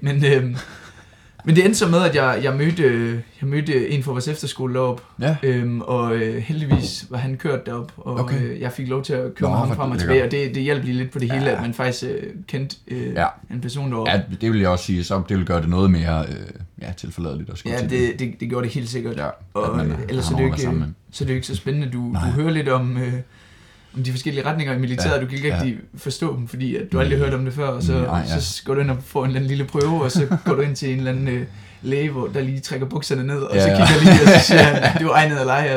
men det endte så med, at jeg mødte en fra vores efterskole derop, og heldigvis var han kørt derop, og jeg fik lov til at køre med ham frem og tilbage, og det hjalp lige lidt på det hele, at man faktisk kendte en person deroppe. Ja, det vil jeg også sige, så det vil gøre det noget mere tilforladeligt at skulle til det. Det gjorde det helt sikkert, og ellers så er det jo ikke så spændende, du hører lidt om de forskellige retninger i militæret, du kan ikke rigtig forstå dem, fordi at du aldrig har hørt om det før, og så går du ind og får en eller anden lille prøve, og så går du ind til en eller anden læge, hvor der lige trækker bukserne ned, og så kigger lige, og så siger han, du er egnet af leje,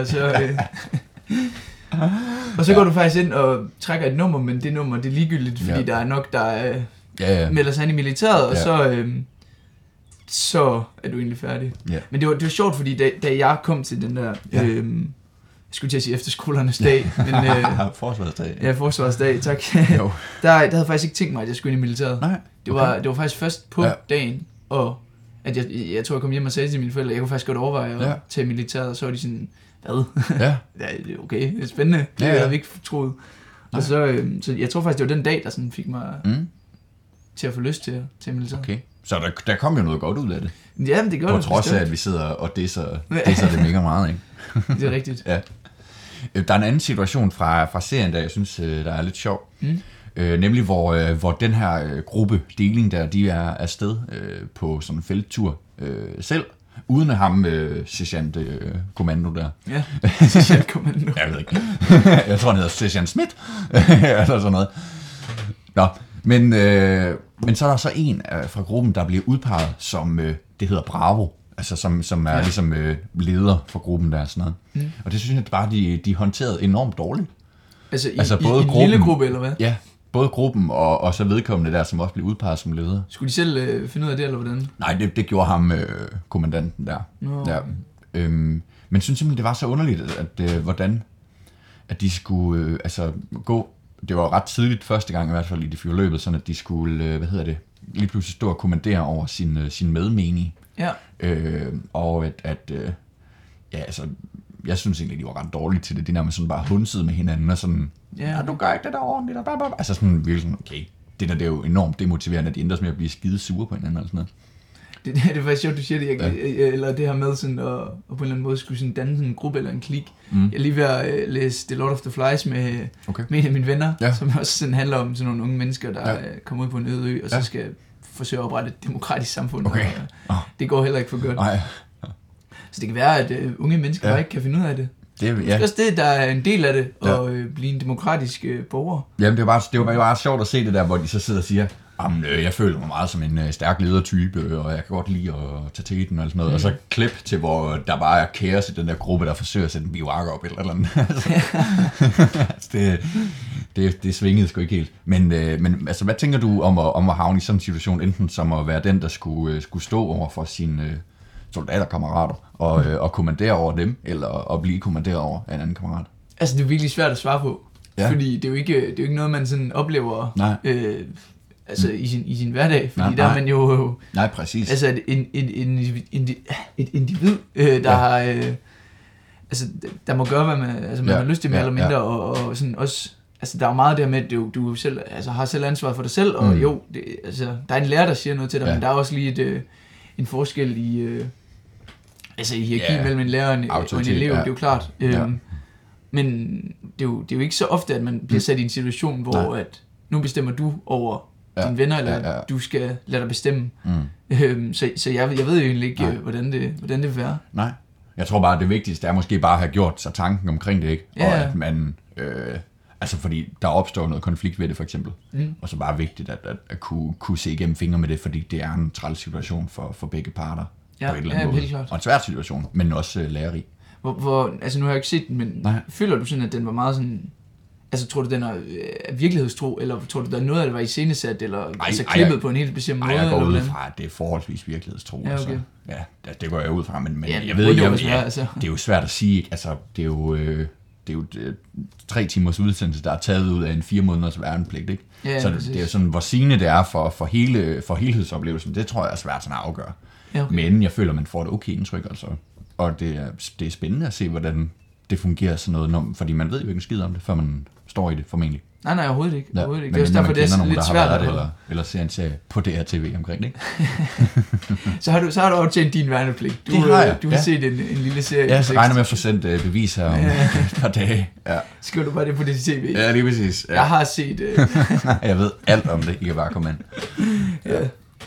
og så går du faktisk ind og trækker et nummer, men det nummer, det er ligegyldigt, fordi der er nok, der melder sig ind i militæret, og så er du egentlig færdig. Yeah. Men det var sjovt, fordi da jeg kom til den der, jeg skulle til at sige efterskolernes dag, men Forsvarsdag. Ja, Forsvarsdag, tak. der havde jeg faktisk ikke tænkt mig, at jeg skulle ind i militæret. Nej. Det var faktisk først på dagen, og at jeg tror, jeg kom hjem og sagde til mine forældre, jeg kunne faktisk godt overveje at tage militæret, og så var de sådan, hvad? Ja. Okay, det er spændende. Det havde vi ikke troet. Og så jeg tror faktisk, det var den dag, der sådan fik mig til at få lyst til at tage militæret. Okay. Så der kom jo noget godt ud af det. Ja, men det gør det. På trods af, at vi sidder og disser det mega meget, ikke? Det er rigtigt. Ja. Der er en anden situation fra serien, der jeg synes, der er lidt sjov. Nemlig, hvor den her gruppe deling, der de er afsted på sådan en felttur selv, uden at ham sergeant kommando der. Ja, sergeant kommando. Jeg ved ikke. Jeg tror, han hedder sergeant Schmidt. Eller sådan noget. Nå, men så er der så en fra gruppen, der bliver udpeget som, det hedder Bravo. Altså som er ligesom leder for gruppen der og sådan noget. Og det synes jeg bare, de håndterede enormt dårligt. Altså både i en lille gruppe, eller hvad? Ja, både gruppen og så vedkommende der, som også blev udpeget som leder. Skulle de selv finde ud af det, eller hvordan? Nej, det gjorde ham, kommandanten der. Ja. Men synes simpelthen, det var så underligt, at hvordan at de skulle gå. Det var ret tidligt første gang i hvert fald i det forløbet, sådan at de skulle, lige pludselig stå og kommandere over sin medmenige. Ja. Og jeg synes egentlig, de var ret dårlige til det. De nærmest sådan bare hunsede med hinanden og sådan, du gør ikke det der ordentligt, og blablabla. Altså sådan virkelig sådan, okay, det er jo enormt demotiverende, at de ender med at blive skide sure på hinanden eller sådan noget. Det er faktisk sjovt, du siger det, eller det her med sådan, og på en eller anden måde skulle sådan danne sådan en gruppe eller en klik. Jeg er lige ved at læse The Lord of the Flies med en af mine venner, som også sådan handler om sådan nogle unge mennesker, der kommer ud på en øde ø, og så skal forsøge at oprette et demokratisk samfund. Okay. Og det går heller ikke for godt. Nej. Så det kan være, at unge mennesker bare ikke kan finde ud af det. Det er også det, der er en del af det, at blive en demokratisk borger. Jamen, det var bare sjovt at se det der, hvor de så sidder og siger, jeg føler mig meget som en stærk ledertype, og jeg kan godt lide at tage teten og sådan noget. Og så klip til, hvor der bare er kaos i den der gruppe, der forsøger at sætte en bivak op eller andet. Det svingede sgu ikke helt. Men altså, hvad tænker du om at havne i sådan en situation, enten som at være den, der skulle stå over for sine soldaterkammerater og kommandere over dem, eller at blive kommanderet over af en anden kammerat? Altså, det er virkelig svært at svare på, fordi det er jo ikke noget, man sådan oplever i sin hverdag, fordi der er man jo... Nej, præcis. Altså, et individ, der har... der må gøre, hvad man har lyst til mere eller mindre, og sådan også... Altså, der er jo meget der med, at du selv har selv ansvaret for dig selv, og der er en lærer, der siger noget til dig, men der er også lige en forskel i hierarki mellem en lærer og en elev, det er jo klart. Men det er jo ikke så ofte, at man bliver sat i en situation, hvor at nu bestemmer du over dine venner, eller du skal lade dig bestemme. Så jeg ved jo egentlig ikke, hvordan det vil være. Nej, jeg tror bare, det vigtigste er måske bare at have gjort sig tanken omkring det, ikke? Og at man... fordi der opstår noget konflikt ved det, for eksempel. Og så bare vigtigt at kunne se igennem fingre med det, fordi det er en træls situation for begge parter. På et eller andet måde. Klart. Og en svær situation, men også lærerig. Altså nu har jeg ikke set den, men føler du sådan, at den var meget sådan... Altså tror du, den er virkelighedstro, eller tror du, der er noget af det var iscenesat, eller klippet på en helt bestemt måde? Jeg går ud fra, at det er forholdsvis virkelighedstro. Ja, okay. Det går jeg ud fra, men jeg ved ikke, det er jo svært at sige, ikke? Altså, det er jo 3 timers udsendelse, der er taget ud af en 4 måneders værnepligt, ikke? Ja, så det er jo sådan, hvor sigende det er for helhedsoplevelsen, det tror jeg er svært sådan at afgøre. Ja, okay. Men jeg føler, man får et okay indtryk, altså. Og det er spændende at se, hvordan det fungerer sådan noget, fordi man ved jo ikke en skid om det, før man står i det, formentlig. Nej, overhovedet ikke. Det er også derfor, det er lidt svært. Eller ser en serie på DRTV omkring det, ikke? så har du aftjent din værnepligt. Du har set en lille serie. Ja, så regner med at få sendt beviser om et par dage. Ja. Skriver du bare det på dit CV? Ja, lige præcis. Ja. Jeg har set... Jeg ved alt om det. I kan bare komme ind. Ja.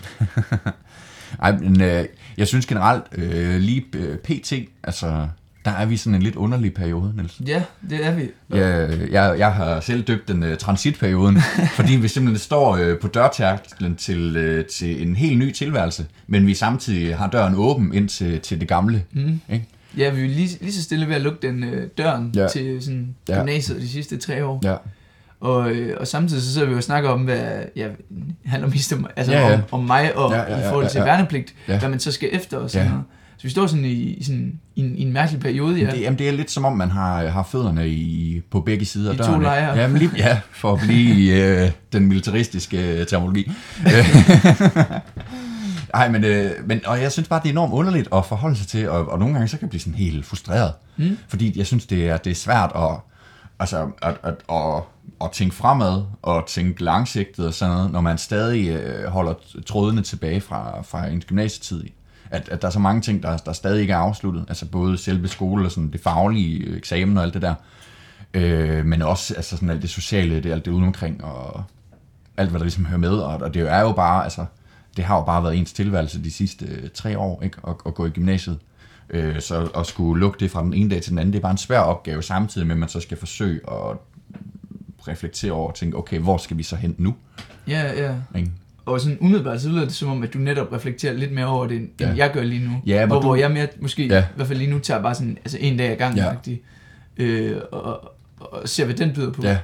Ej, men jeg synes generelt, lige PT, altså... Der er vi sådan en lidt underlig periode, Niels. Ja, det er vi. Jeg har selv døbt den transitperioden, fordi vi simpelthen står på dørtærklen til en helt ny tilværelse, men vi samtidig har døren åben ind til det gamle. Ikke? Ja, vi er lige så stille ved at lukke den døren til sådan gymnasiet de sidste 3 år. Ja. Og samtidig så sidder vi jo og snakker om, hvad handler mest om, altså om mig og i forhold til værnepligt, hvad man så skal efter og sådan noget. Så vi står sådan i en mærkelig periode, Det er lidt som om, man har fødderne på begge sider af døren. I to lejre. Jamen, for at blive i den militaristiske terminologi. Ej, men og jeg synes bare, det er enormt underligt at forholde sig til, og nogle gange så kan jeg blive sådan helt frustreret. Fordi jeg synes, det er svært at tænke fremad og tænke langsigtet og sådan noget, når man stadig holder trådene tilbage fra en gymnasietid. At der er så mange ting, der stadig ikke er afsluttet. Altså både selve skole og sådan det faglige eksamen og alt det der. Men også altså sådan alt det sociale, alt det udenomkring og alt, hvad der ligesom hører med. Og det er jo bare, altså det har jo bare været ens tilværelse de sidste 3 år, ikke? At gå i gymnasiet. Så at skulle lukke det fra den ene dag til den anden, det er bare en svær opgave, samtidig med, at man så skal forsøge at reflektere over og tænke, okay, hvor skal vi så hen nu? Ja. Ikke? Og sådan umiddelbart så lyder det som om, at du netop reflekterer lidt mere over det, end jeg gør lige nu. Ja, hvor jeg mere, måske i hvert fald lige nu, tager bare sådan, altså en dag ad gangen, og ser, hvad den byder på. Ja.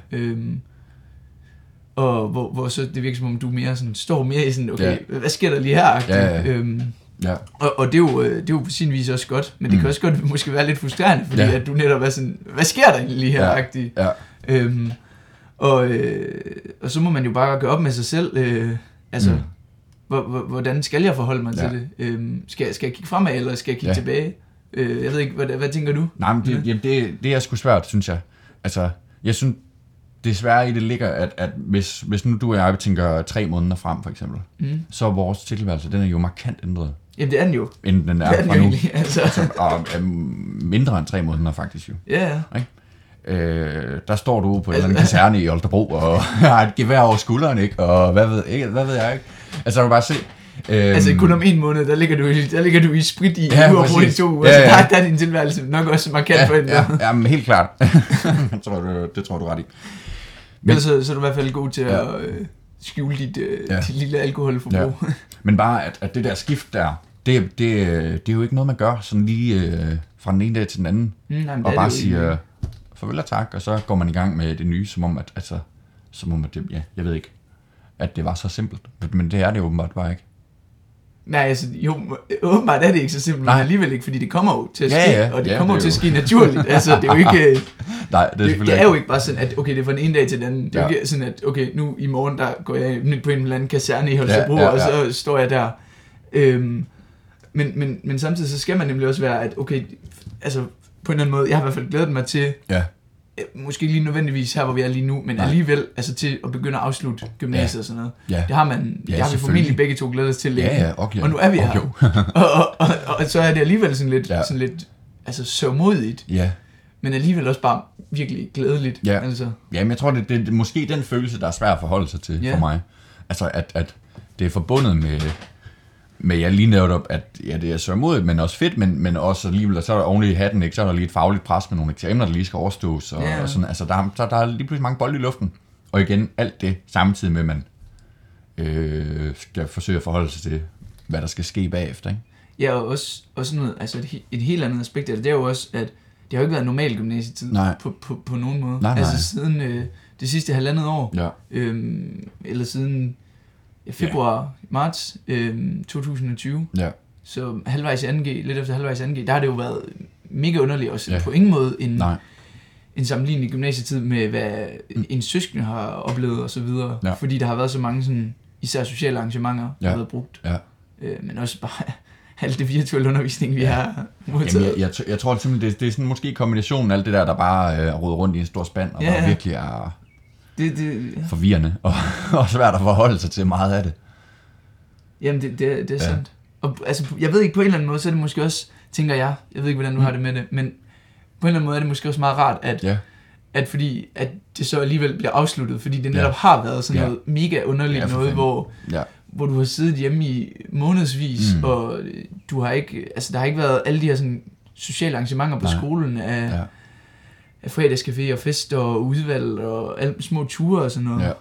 Og hvor så det virker som om, du mere sådan, står mere i sådan, okay, hvad sker der lige her? Og det er jo på sin vis også godt, men det kan også godt måske være lidt frustrerende, fordi at du netop er sådan, hvad sker der egentlig lige her? Og så må man jo bare gøre op med sig selv, hvordan skal jeg forholde mig til det? Skal jeg kigge fremad, eller skal jeg kigge tilbage? Jeg ved ikke, hvad tænker du? Nej, men det er sgu svært, synes jeg. Altså, jeg synes, det svære i det ligger, at hvis nu du og jeg tænker 3 måneder frem, for eksempel, så er vores tilværelse, den er jo markant ændret. Jamen, det er den jo. Inden den er fra nu. Altså, og mindre end 3 måneder, faktisk jo. Ja. Der står du på en eller anden kaserne i Holstebro og har et gevær over skulderen, ikke? Og hvad ved jeg ikke? Altså, du bare se. Altså kun om 1 måned, der ligger du i sprit i uger på de 2 uger, så der er din tilværelse nok også markant på en måde. Ja, men helt klart. Det tror du ret i. Men ellers så er du i hvert fald god til at skjule dit lille alkoholforbrug. Ja. Men bare at det der skift der, det er jo ikke noget, man gør sådan lige fra den ene dag til den anden. Og bare siger farvel og tak, og så går man i gang med det nye, som om at det, jeg ved ikke, at det var så simpelt. Men det er det åbenbart bare ikke. Nej, altså jo, åbenbart er det ikke så simpelt, men alligevel ikke, fordi det kommer jo til at ske, og det kommer jo til at ske naturligt. Altså, det er jo ikke... Nej, det er jo ikke bare sådan, at okay, det er fra den ene dag til den anden. Det er jo ikke sådan, at okay, nu i morgen, der går jeg på en eller anden kaserne i Holstebro, og så står jeg der. Men samtidig så skal man nemlig også være, at okay, altså på en eller anden måde, jeg har i hvert fald glædet mig til... Måske ikke lige nødvendigvis her, hvor vi er lige nu, men alligevel altså til at begynde at afslutte gymnasiet og sådan noget. Det har vi formentlig begge to glædet os til. Okay. Og nu er vi her. Og så er det alligevel sådan lidt altså sørgmodigt. Men alligevel også bare virkelig glædeligt. Altså. Ja, men jeg tror, det er måske den følelse, der er svær at forholde sig til for mig. Altså, at det er forbundet med jeg lige nævnt op, at det er sørgmodigt, men også fedt, men også alligevel, så er der ordentligt i hatten, ikke? Så er der lige et fagligt pres med nogle eksamener, der lige skal overstås, og sådan, altså der er lige pludselig mange bolde i luften, og igen, alt det samtidig med, at man skal forsøge at forholde sig til, hvad der skal ske bagefter, ikke? Ja, og også noget, altså et helt andet aspekt af det er jo også, at det har jo ikke været normal gymnasietid på nogen måde. Nej. Altså siden det sidste 1,5 år, eller siden marts 2020. Så halvvejs i 2G, lidt efter halvvejs i 2G, der har det jo været mega underligt også. På ingen måde en sammenlignelig gymnasietid med, hvad en søskende har oplevet og så videre. Fordi der har været så mange sådan, især sociale arrangementer, der har været brugt. Men også bare alt det virtuelle undervisning, vi har modtaget. Jamen, jeg tror simpelthen, det er sådan måske kombinationen af alt det der der roder rundt i en stor spand, og der virkelig er forvirrende og svært at forholde sig til meget af det. Jamen, det er sandt. Og altså, jeg ved ikke, på en eller anden måde, så er det måske også, tænker jeg ved ikke, hvordan du har det med det, men på en eller anden måde er det måske også meget rart, at fordi at det så alligevel bliver afsluttet, fordi det netop har været sådan noget mega underligt noget, hvor du har siddet hjemme i månedsvis, og du har ikke, altså der har ikke været alle de her sådan sociale arrangementer på skolen af fredagscafé og fester og udvalg og alle små ture og sådan noget.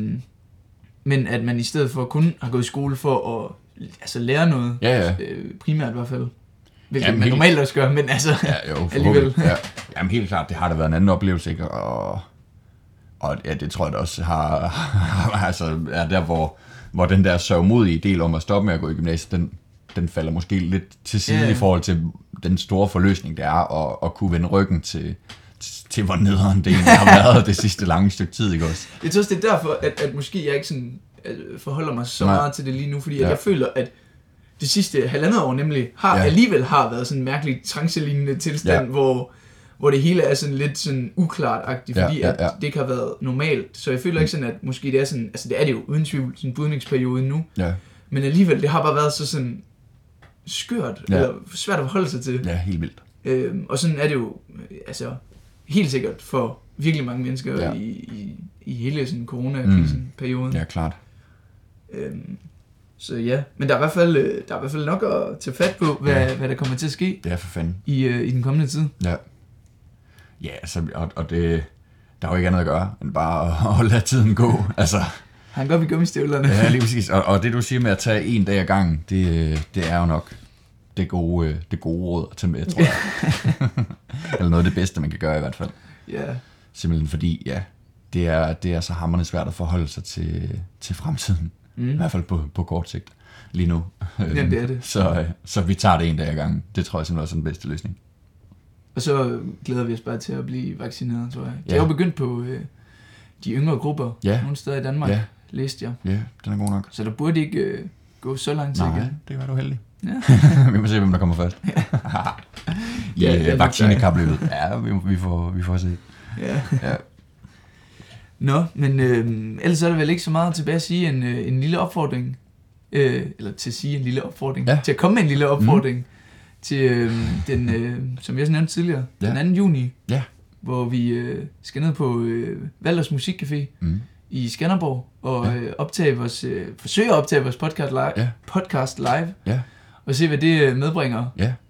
Men at man i stedet for kun har gået i skole for at lære noget, primært i hvert fald. Hvilket man normalt også gør, men altså alligevel. Jamen helt klart, det har da været en anden oplevelse, ikke? Og ja, det tror jeg da også altså, er der, hvor den der sørgmodige del om at stoppe med at gå i gymnasiet, den falder måske lidt til side i forhold til den store forløsning, det er at kunne vende ryggen til hvor nederen det egentlig har været det sidste lange stykke tid, ikke også? Jeg tror også, det er derfor, at måske jeg ikke sådan forholder mig så meget til det lige nu, fordi at jeg føler, at det sidste halvandet år nemlig alligevel har været sådan en mærkelig trancelignende tilstand, hvor det hele er sådan lidt sådan uklart-agtigt, fordi at det ikke har været normalt. Så jeg føler ikke sådan, at måske det er sådan, altså det er det jo uden tvivl, sådan en brydningsperiode nu, men alligevel, det har bare været så sådan skørt, eller svært at forholde sig til. Ja, helt vildt. Og sådan er det jo, altså helt sikkert for virkelig mange mennesker i hele sådan coronakrisen-perioden. Ja, klart. Så ja, men der er i hvert fald nok at tage fat på, hvad der kommer til at ske. Det er for fanden. I den kommende tid. Ja. Ja, altså, og det, der er jo ikke andet at gøre, end bare at lade tiden gå. Altså, han går op i gummistøvlerne. Ja, lige præcis. Og det du siger med at tage en dag ad gangen, det er jo nok det gode råd at tage med, tror jeg. Eller noget af det bedste, man kan gøre i hvert fald. Ja. Simpelthen fordi, det er så hamrende svært at forholde sig til fremtiden. I hvert fald på kort sigt lige nu. Jamen, det er det. Så vi tager det en dag ad gangen. Det tror jeg simpelthen også er den bedste løsning. Og så glæder vi os bare til at blive vaccineret, tror jeg. Det er jo begyndt på de yngre grupper nogle steder i Danmark, læste jeg. Ja, den er god nok. Så der burde ikke gå så lang tid igen. Nej, det var du heldig. Ja. Vi må se, hvem der kommer først. Vaccinekapløbet. Ja, vi får se. Ja. Nå, men ellers er der vel ikke så meget tilbage at sige en lille opfordring. Eller til at sige en lille opfordring. Ja. Til at komme med en lille opfordring. Til den, som jeg nævnte tidligere, den 2. juni. Ja. Hvor vi skal ned på Valders Musikcafé i Skanderborg og forsøge at optage vores podcast live. Ja. Og se, hvad det medbringer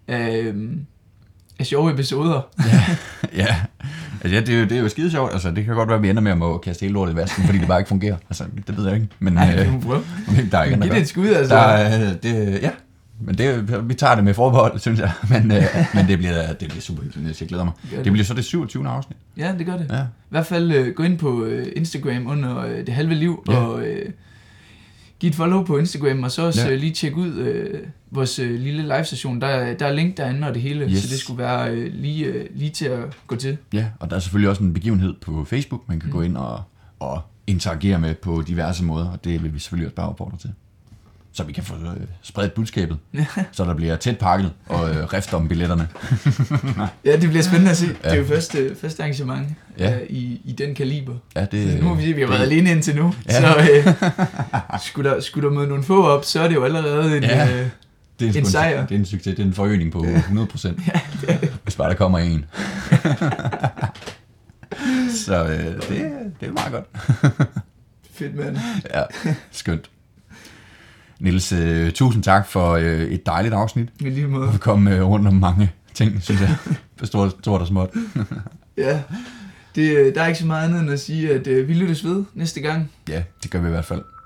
af sjove episoder. Ja, det er jo skide sjovt. Altså, det kan godt være, at vi ender med at må kaste hele lortet i vasken, fordi det bare ikke fungerer. Altså, det ved jeg ikke. Men, der er ikke men giv det et skud, altså. Men vi tager det med forbehold, synes jeg. Men det bliver super hyggeligt, jeg glæder mig. Det bliver så det 27. afsnit. Ja, det gør det. Ja. I hvert fald gå ind på Instagram under Det Halve Liv, og giv et follow på Instagram, og så også lige tjekke ud vores lille live-session. Der er link derinde og det hele, så det skulle være lige til at gå til. Ja, og der er selvfølgelig også en begivenhed på Facebook, man kan gå ind og interagere med på diverse måder, og det vil vi selvfølgelig også bare opfordre til. Så vi kan få spredt budskabet, så der bliver tæt pakket og rift om billetterne. Ja, det bliver spændende at se. Det er jo første arrangement i den kaliber. Ja, det, nu vi har været alene indtil nu, så skulle der møde nogle få op, så er det jo allerede en sejr. Det er en succes, det er en forøgning på 100%, hvis bare der kommer en. Så det er meget godt. Fedt, mand. Ja, skønt. Niels, tusind tak for et dejligt afsnit. I lige måde. Vi kom rundt om mange ting, synes jeg. Stort og småt. Ja, der er ikke så meget andet end at sige, at vi lyttes ved næste gang. Ja, det gør vi i hvert fald.